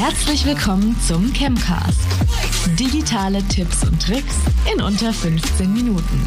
Herzlich willkommen zum Chemcast. Digitale Tipps und Tricks in unter 15 Minuten.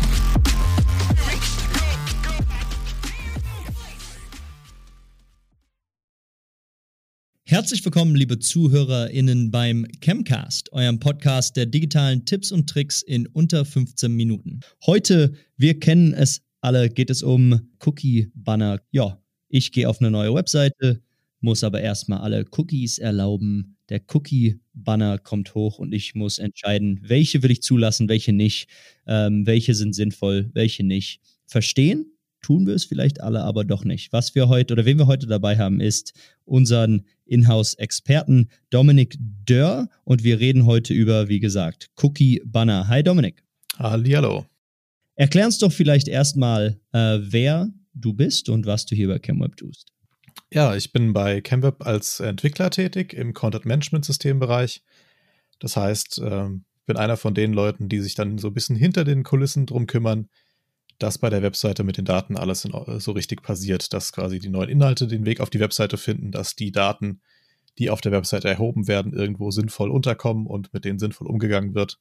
Herzlich willkommen, liebe ZuhörerInnen, beim Chemcast, eurem Podcast der digitalen Tipps und Tricks in unter 15 Minuten. Heute, wir kennen es alle, geht es um Cookie-Banner. Ja, ich gehe auf eine neue Webseite, muss aber erstmal alle Cookies erlauben. Der Cookie-Banner kommt hoch und ich muss entscheiden, welche will ich zulassen, welche nicht, welche sind sinnvoll, welche nicht. Verstehen tun wir es vielleicht alle, aber doch nicht. Was wir heute oder wen wir heute dabei haben, ist unseren Inhouse-Experten Dominik Dörr und wir reden heute über, wie gesagt, Cookie-Banner. Hi Dominik. Hallihallo. Erklär uns doch vielleicht erstmal, wer du bist und was du hier bei ChemWeb tust. Ja, ich bin bei ChemWeb als Entwickler tätig im Content-Management-Systembereich. Das heißt, ich bin einer von den Leuten, die sich dann so ein bisschen hinter den Kulissen drum kümmern, dass bei der Webseite mit den Daten alles so richtig passiert, dass quasi die neuen Inhalte den Weg auf die Webseite finden, dass die Daten, die auf der Webseite erhoben werden, irgendwo sinnvoll unterkommen und mit denen sinnvoll umgegangen wird.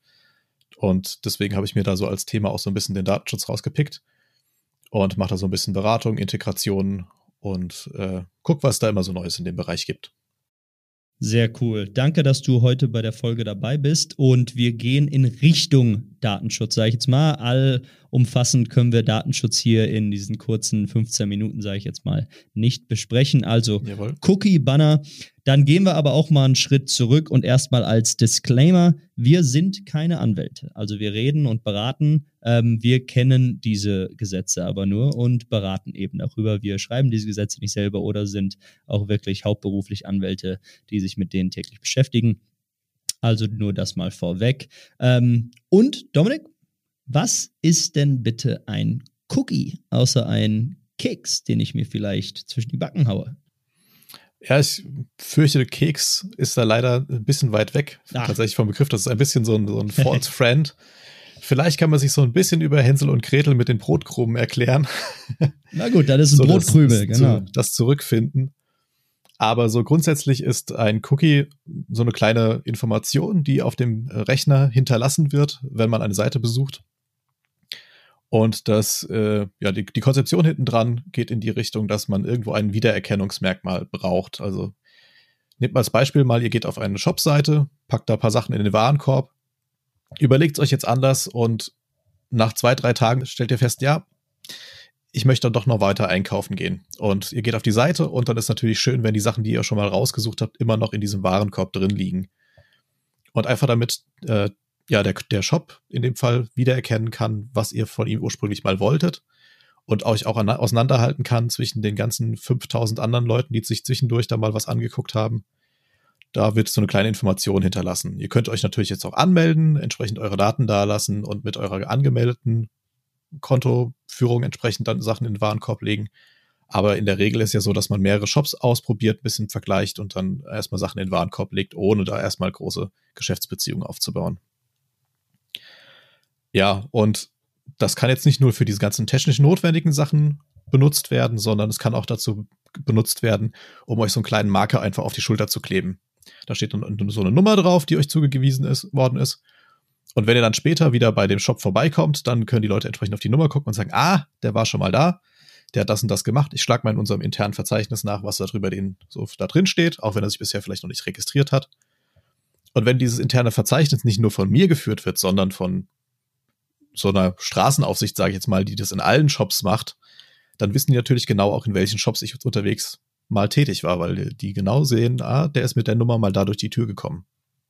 Und deswegen habe ich mir da so als Thema auch so ein bisschen den Datenschutz rausgepickt und mache da so ein bisschen Beratung, Integration und guck, was da immer so Neues in dem Bereich gibt. Sehr cool. Danke, dass du heute bei der Folge dabei bist und wir gehen in Richtung Datenschutz, sage ich jetzt mal. Allumfassend können wir Datenschutz hier in diesen kurzen 15 Minuten, sage ich jetzt mal, nicht besprechen. Also Cookie-Banner. Dann gehen wir aber auch mal einen Schritt zurück und erstmal als Disclaimer, wir sind keine Anwälte. Also wir reden und beraten, wir kennen diese Gesetze aber nur und beraten eben darüber. Wir schreiben diese Gesetze nicht selber oder sind auch wirklich hauptberuflich Anwälte, die sich mit denen täglich beschäftigen. Also nur das mal vorweg. Und Dominik, was ist denn bitte ein Cookie, außer ein Keks, den ich mir vielleicht zwischen die Backen haue? Ja, ich fürchte, Keks ist da leider ein bisschen weit weg, tatsächlich vom Begriff. Das ist ein bisschen so ein False Friend. Vielleicht kann man sich so ein bisschen über Hänsel und Gretel mit den Brotkrumen erklären. Na gut, das ist ein so Brotkrümel, genau. Das Zurückfinden. Aber so grundsätzlich ist ein Cookie so eine kleine Information, die auf dem Rechner hinterlassen wird, wenn man eine Seite besucht. Und die Konzeption hinten dran geht in die Richtung, dass man irgendwo ein Wiedererkennungsmerkmal braucht. Also nehmt mal als Beispiel mal, ihr geht auf eine Shop-Seite, packt da ein paar Sachen in den Warenkorb, überlegt es euch jetzt anders und nach 2-3 Tagen stellt ihr fest, ja, ich möchte dann doch noch weiter einkaufen gehen. Und ihr geht auf die Seite und dann ist natürlich schön, wenn die Sachen, die ihr schon mal rausgesucht habt, immer noch in diesem Warenkorb drin liegen. Und einfach damit der Shop in dem Fall wiedererkennen kann, was ihr von ihm ursprünglich mal wolltet und euch auch auseinanderhalten kann zwischen den ganzen 5000 anderen Leuten, die sich zwischendurch da mal was angeguckt haben. Da wird so eine kleine Information hinterlassen. Ihr könnt euch natürlich jetzt auch anmelden, entsprechend eure Daten dalassen und mit eurer angemeldeten Kontoführung entsprechend dann Sachen in den Warenkorb legen. Aber in der Regel ist ja so, dass man mehrere Shops ausprobiert, ein bisschen vergleicht und dann erstmal Sachen in den Warenkorb legt, ohne da erstmal große Geschäftsbeziehungen aufzubauen. Ja, und das kann jetzt nicht nur für diese ganzen technisch notwendigen Sachen benutzt werden, sondern es kann auch dazu benutzt werden, um euch so einen kleinen Marker einfach auf die Schulter zu kleben. Da steht dann so eine Nummer drauf, die euch zugewiesen worden ist. Und wenn ihr dann später wieder bei dem Shop vorbeikommt, dann können die Leute entsprechend auf die Nummer gucken und sagen, der war schon mal da, der hat das und das gemacht. Ich schlage mal in unserem internen Verzeichnis nach, was da drin steht, auch wenn er sich bisher vielleicht noch nicht registriert hat. Und wenn dieses interne Verzeichnis nicht nur von mir geführt wird, sondern von so einer Straßenaufsicht, sage ich jetzt mal, die das in allen Shops macht, dann wissen die natürlich genau auch, in welchen Shops ich unterwegs mal tätig war, weil die genau sehen, der ist mit der Nummer mal da durch die Tür gekommen.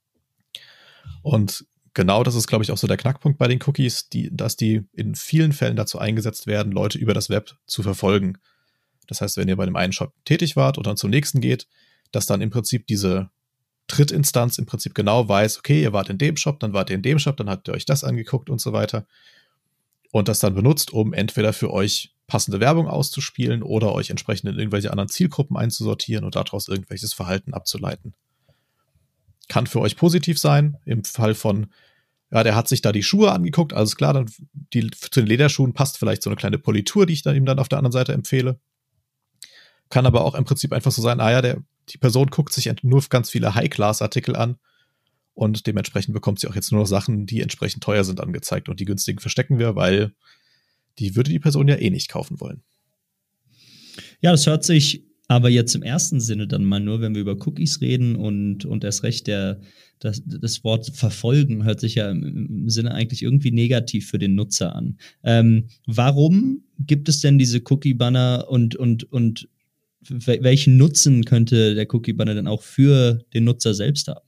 Und genau das ist, glaube ich, auch so der Knackpunkt bei den Cookies, dass die in vielen Fällen dazu eingesetzt werden, Leute über das Web zu verfolgen. Das heißt, wenn ihr bei dem einen Shop tätig wart und dann zum nächsten geht, dass dann im Prinzip diese Drittinstanz im Prinzip genau weiß, okay, ihr wart in dem Shop, dann wart ihr in dem Shop, dann habt ihr euch das angeguckt und so weiter. Und das dann benutzt, um entweder für euch passende Werbung auszuspielen oder euch entsprechend in irgendwelche anderen Zielgruppen einzusortieren und daraus irgendwelches Verhalten abzuleiten. Kann für euch positiv sein, im Fall von, der hat sich da die Schuhe angeguckt, alles klar, dann zu den Lederschuhen passt vielleicht so eine kleine Politur, die ich ihm dann auf der anderen Seite empfehle. Kann aber auch im Prinzip einfach so sein, der die Person guckt sich nur ganz viele High-Class-Artikel an und dementsprechend bekommt sie auch jetzt nur noch Sachen, die entsprechend teuer sind, angezeigt. Und die günstigen verstecken wir, weil die würde die Person ja eh nicht kaufen wollen. Ja, das hört sich aber jetzt im ersten Sinne dann mal nur, wenn wir über Cookies reden und erst recht das Wort verfolgen hört sich ja im Sinne eigentlich irgendwie negativ für den Nutzer an. Warum gibt es denn diese Cookie-Banner und welchen Nutzen könnte der Cookie-Banner denn auch für den Nutzer selbst haben?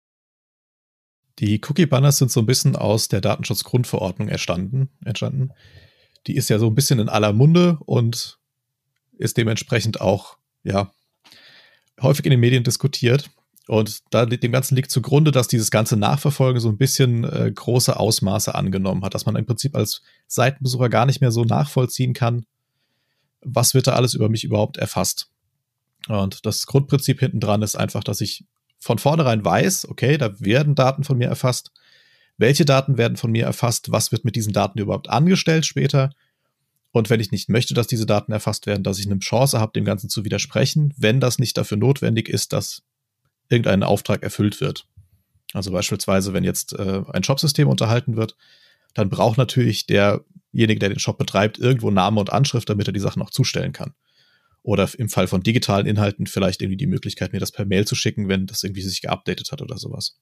Die Cookie-Banners sind so ein bisschen aus der Datenschutzgrundverordnung entstanden. Die ist ja so ein bisschen in aller Munde und ist dementsprechend auch, ja, häufig in den Medien diskutiert. Und dem Ganzen liegt zugrunde, dass dieses ganze Nachverfolgen so ein bisschen große Ausmaße angenommen hat, dass man im Prinzip als Seitenbesucher gar nicht mehr so nachvollziehen kann, was wird da alles über mich überhaupt erfasst. Und das Grundprinzip hinten dran ist einfach, dass ich von vornherein weiß, okay, da werden Daten von mir erfasst. Welche Daten werden von mir erfasst? Was wird mit diesen Daten überhaupt angestellt später? Und wenn ich nicht möchte, dass diese Daten erfasst werden, dass ich eine Chance habe, dem Ganzen zu widersprechen, wenn das nicht dafür notwendig ist, dass irgendein Auftrag erfüllt wird. Also beispielsweise, wenn jetzt ein Shopsystem unterhalten wird, dann braucht natürlich derjenige, der den Shop betreibt, irgendwo Name und Anschrift, damit er die Sachen auch zustellen kann. Oder im Fall von digitalen Inhalten vielleicht irgendwie die Möglichkeit, mir das per Mail zu schicken, wenn das irgendwie sich geupdatet hat oder sowas.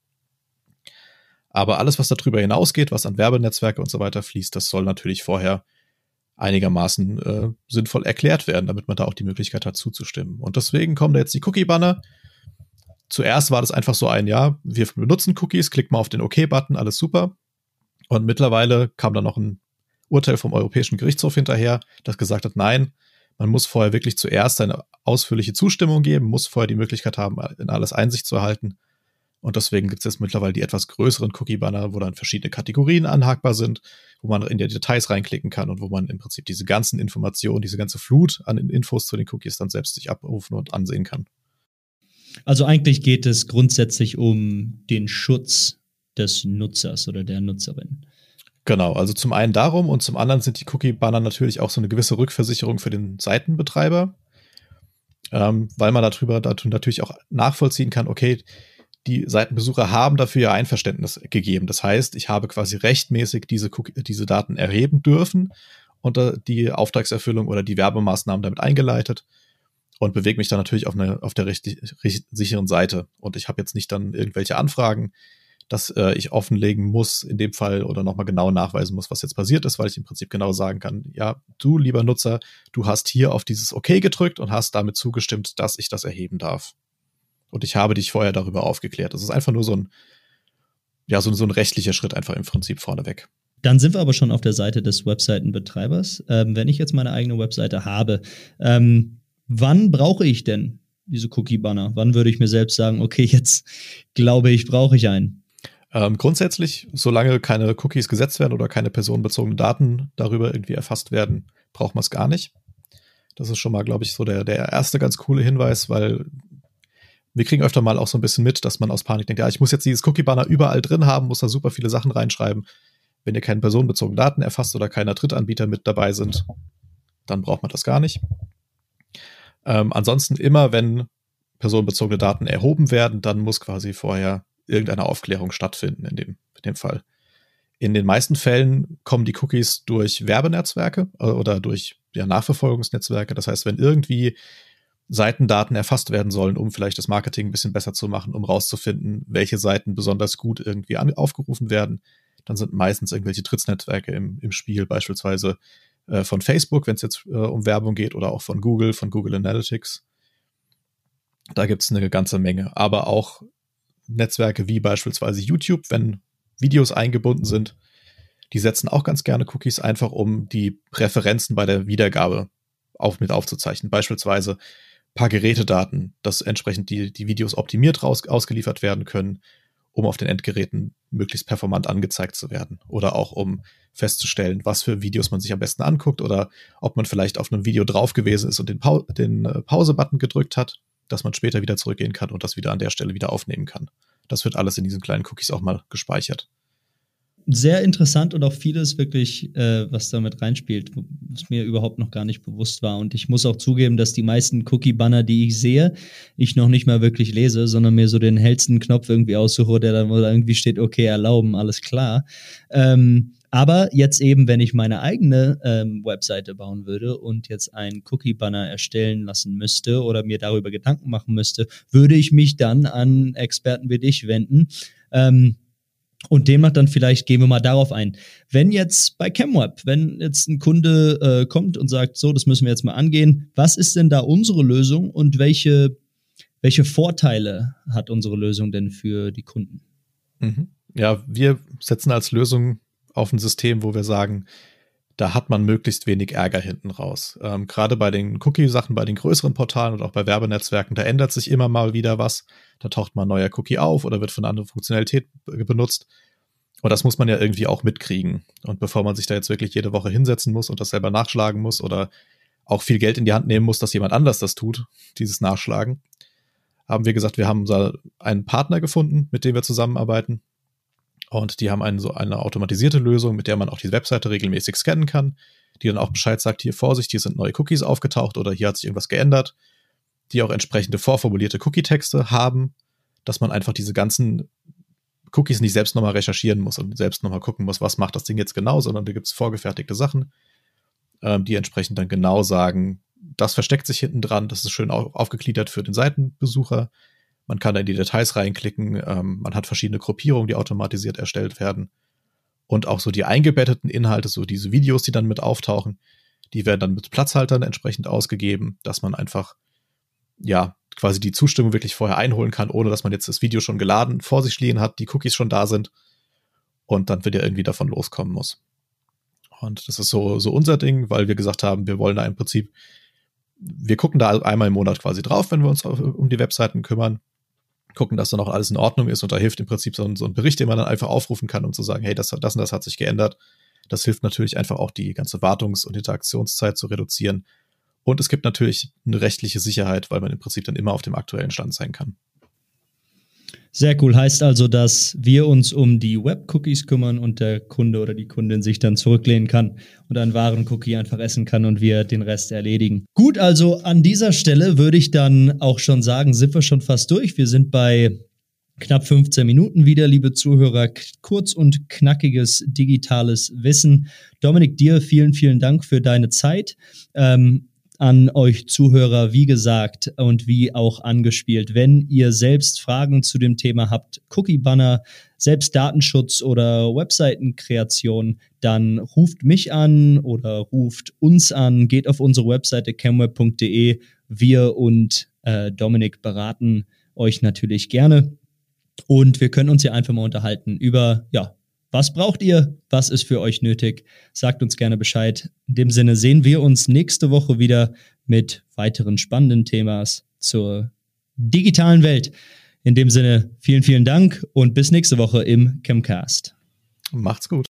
Aber alles, was darüber hinausgeht, was an Werbenetzwerke und so weiter fließt, das soll natürlich vorher einigermaßen sinnvoll erklärt werden, damit man da auch die Möglichkeit hat, zuzustimmen. Und deswegen kommen da jetzt die Cookie-Banner. Zuerst war das einfach so wir benutzen Cookies, klickt mal auf den OK-Button, alles super. Und mittlerweile kam dann noch ein Urteil vom Europäischen Gerichtshof hinterher, das gesagt hat, nein, man muss vorher wirklich zuerst eine ausführliche Zustimmung geben, muss vorher die Möglichkeit haben, in alles Einsicht zu erhalten. Und deswegen gibt es jetzt mittlerweile die etwas größeren Cookie-Banner, wo dann verschiedene Kategorien anhakbar sind, wo man in die Details reinklicken kann und wo man im Prinzip diese ganzen Informationen, diese ganze Flut an Infos zu den Cookies dann selbst sich abrufen und ansehen kann. Also eigentlich geht es grundsätzlich um den Schutz des Nutzers oder der Nutzerin. Genau, also zum einen darum und zum anderen sind die Cookie-Banner natürlich auch so eine gewisse Rückversicherung für den Seitenbetreiber, weil man darüber natürlich auch nachvollziehen kann, okay, die Seitenbesucher haben dafür ja Einverständnis gegeben. Das heißt, ich habe quasi rechtmäßig diese Daten erheben dürfen und die Auftragserfüllung oder die Werbemaßnahmen damit eingeleitet und bewege mich dann natürlich auf der richtig sicheren Seite. Und ich habe jetzt nicht dann irgendwelche Anfragen, dass ich offenlegen muss in dem Fall oder nochmal genau nachweisen muss, was jetzt passiert ist, weil ich im Prinzip genau sagen kann, ja, du, lieber Nutzer, du hast hier auf dieses OK gedrückt und hast damit zugestimmt, dass ich das erheben darf. Und ich habe dich vorher darüber aufgeklärt. Das ist einfach nur so ein rechtlicher Schritt einfach im Prinzip vorneweg. Dann sind wir aber schon auf der Seite des Webseitenbetreibers. Wenn ich jetzt meine eigene Webseite habe, wann brauche ich denn diese Cookie-Banner? Wann würde ich mir selbst sagen, okay, jetzt glaube ich, brauche ich einen? Grundsätzlich, solange keine Cookies gesetzt werden oder keine personenbezogenen Daten darüber irgendwie erfasst werden, braucht man es gar nicht. Das ist schon mal, glaube ich, so der erste ganz coole Hinweis, weil wir kriegen öfter mal auch so ein bisschen mit, dass man aus Panik denkt, ja, ich muss jetzt dieses Cookie-Banner überall drin haben, muss da super viele Sachen reinschreiben. Wenn ihr keine personenbezogenen Daten erfasst oder keiner Drittanbieter mit dabei sind, dann braucht man das gar nicht. Ansonsten immer, wenn personenbezogene Daten erhoben werden, dann muss quasi vorher irgendeine Aufklärung stattfinden in dem Fall. In den meisten Fällen kommen die Cookies durch Werbenetzwerke oder durch Nachverfolgungsnetzwerke. Das heißt, wenn irgendwie Seitendaten erfasst werden sollen, um vielleicht das Marketing ein bisschen besser zu machen, um rauszufinden, welche Seiten besonders gut irgendwie aufgerufen werden, dann sind meistens irgendwelche Drittnetzwerke im Spiel, beispielsweise von Facebook, wenn es jetzt um Werbung geht, oder auch von Google Analytics. Da gibt es eine ganze Menge. Aber auch Netzwerke wie beispielsweise YouTube, wenn Videos eingebunden sind, die setzen auch ganz gerne Cookies, einfach um die Präferenzen bei der Wiedergabe mit aufzuzeichnen. Beispielsweise ein paar Gerätedaten, dass entsprechend die Videos optimiert ausgeliefert werden können, um auf den Endgeräten möglichst performant angezeigt zu werden. Oder auch um festzustellen, was für Videos man sich am besten anguckt oder ob man vielleicht auf einem Video drauf gewesen ist und den Pause-Button gedrückt hat, dass man später wieder zurückgehen kann und das wieder an der Stelle wieder aufnehmen kann. Das wird alles in diesen kleinen Cookies auch mal gespeichert. sehr interessant und auch vieles wirklich, was damit reinspielt, was mir überhaupt noch gar nicht bewusst war. Und ich muss auch zugeben, dass die meisten Cookie-Banner, die ich sehe, ich noch nicht mal wirklich lese, sondern mir so den hellsten Knopf irgendwie aussuche, der dann wohl irgendwie steht, okay, erlauben, alles klar. Aber jetzt eben, wenn ich meine eigene Webseite bauen würde und jetzt einen Cookie-Banner erstellen lassen müsste oder mir darüber Gedanken machen müsste, würde ich mich dann an Experten wie dich wenden. Und demnach dann vielleicht gehen wir mal darauf ein. Wenn jetzt bei ChemWeb, wenn jetzt ein Kunde kommt und sagt, so, das müssen wir jetzt mal angehen, was ist denn da unsere Lösung und welche Vorteile hat unsere Lösung denn für die Kunden? Ja, wir setzen als Lösung auf ein System, wo wir sagen, da hat man möglichst wenig Ärger hinten raus. Gerade bei den Cookie-Sachen, bei den größeren Portalen und auch bei Werbenetzwerken, da ändert sich immer mal wieder was. Da taucht mal ein neuer Cookie auf oder wird für eine andere Funktionalität benutzt. Und das muss man ja irgendwie auch mitkriegen. Und bevor man sich da jetzt wirklich jede Woche hinsetzen muss und das selber nachschlagen muss oder auch viel Geld in die Hand nehmen muss, dass jemand anders das tut, dieses Nachschlagen, haben wir gesagt, wir haben einen Partner gefunden, mit dem wir zusammenarbeiten. Und die haben eine automatisierte Lösung, mit der man auch die Webseite regelmäßig scannen kann, die dann auch Bescheid sagt, hier Vorsicht, hier sind neue Cookies aufgetaucht oder hier hat sich irgendwas geändert, die auch entsprechende vorformulierte Cookie-Texte haben, dass man einfach diese ganzen Cookies nicht selbst nochmal recherchieren muss und selbst nochmal gucken muss, was macht das Ding jetzt genau, sondern da gibt es vorgefertigte Sachen, die entsprechend dann genau sagen, das versteckt sich hinten dran, das ist schön aufgegliedert für den Seitenbesucher. Man kann da in die Details reinklicken, man hat verschiedene Gruppierungen, die automatisiert erstellt werden. Und auch so die eingebetteten Inhalte, so diese Videos, die dann mit auftauchen, die werden dann mit Platzhaltern entsprechend ausgegeben, dass man einfach, ja, quasi die Zustimmung wirklich vorher einholen kann, ohne dass man jetzt das Video schon geladen vor sich liegen hat, die Cookies schon da sind und dann wieder irgendwie davon loskommen muss. Und das ist so unser Ding, weil wir gesagt haben, wir wollen da im Prinzip, wir gucken da einmal im Monat quasi drauf, wenn wir uns um die Webseiten kümmern, gucken, dass dann auch alles in Ordnung ist und da hilft im Prinzip so ein Bericht, den man dann einfach aufrufen kann, um zu sagen, hey, das und das hat sich geändert. Das hilft natürlich einfach auch die ganze Wartungs- und Interaktionszeit zu reduzieren. Und es gibt natürlich eine rechtliche Sicherheit, weil man im Prinzip dann immer auf dem aktuellen Stand sein kann. Sehr cool. Heißt also, dass wir uns um die Web-Cookies kümmern und der Kunde oder die Kundin sich dann zurücklehnen kann und einen wahren Cookie einfach essen kann und wir den Rest erledigen. Gut, also an dieser Stelle würde ich dann auch schon sagen, sind wir schon fast durch. Wir sind bei knapp 15 Minuten wieder, liebe Zuhörer. Kurz und knackiges digitales Wissen. Dominik, dir vielen, vielen Dank für deine Zeit. An euch Zuhörer, wie gesagt und wie auch angespielt, wenn ihr selbst Fragen zu dem Thema habt, Cookie-Banner, selbst Datenschutz oder Webseitenkreation, dann ruft mich an oder ruft uns an, geht auf unsere Webseite chemweb.de. Wir und Dominik beraten euch natürlich gerne und wir können uns hier einfach mal unterhalten über, ja, was braucht ihr? Was ist für euch nötig? Sagt uns gerne Bescheid. In dem Sinne sehen wir uns nächste Woche wieder mit weiteren spannenden Themas zur digitalen Welt. In dem Sinne vielen, vielen Dank und bis nächste Woche im Chemcast. Macht's gut.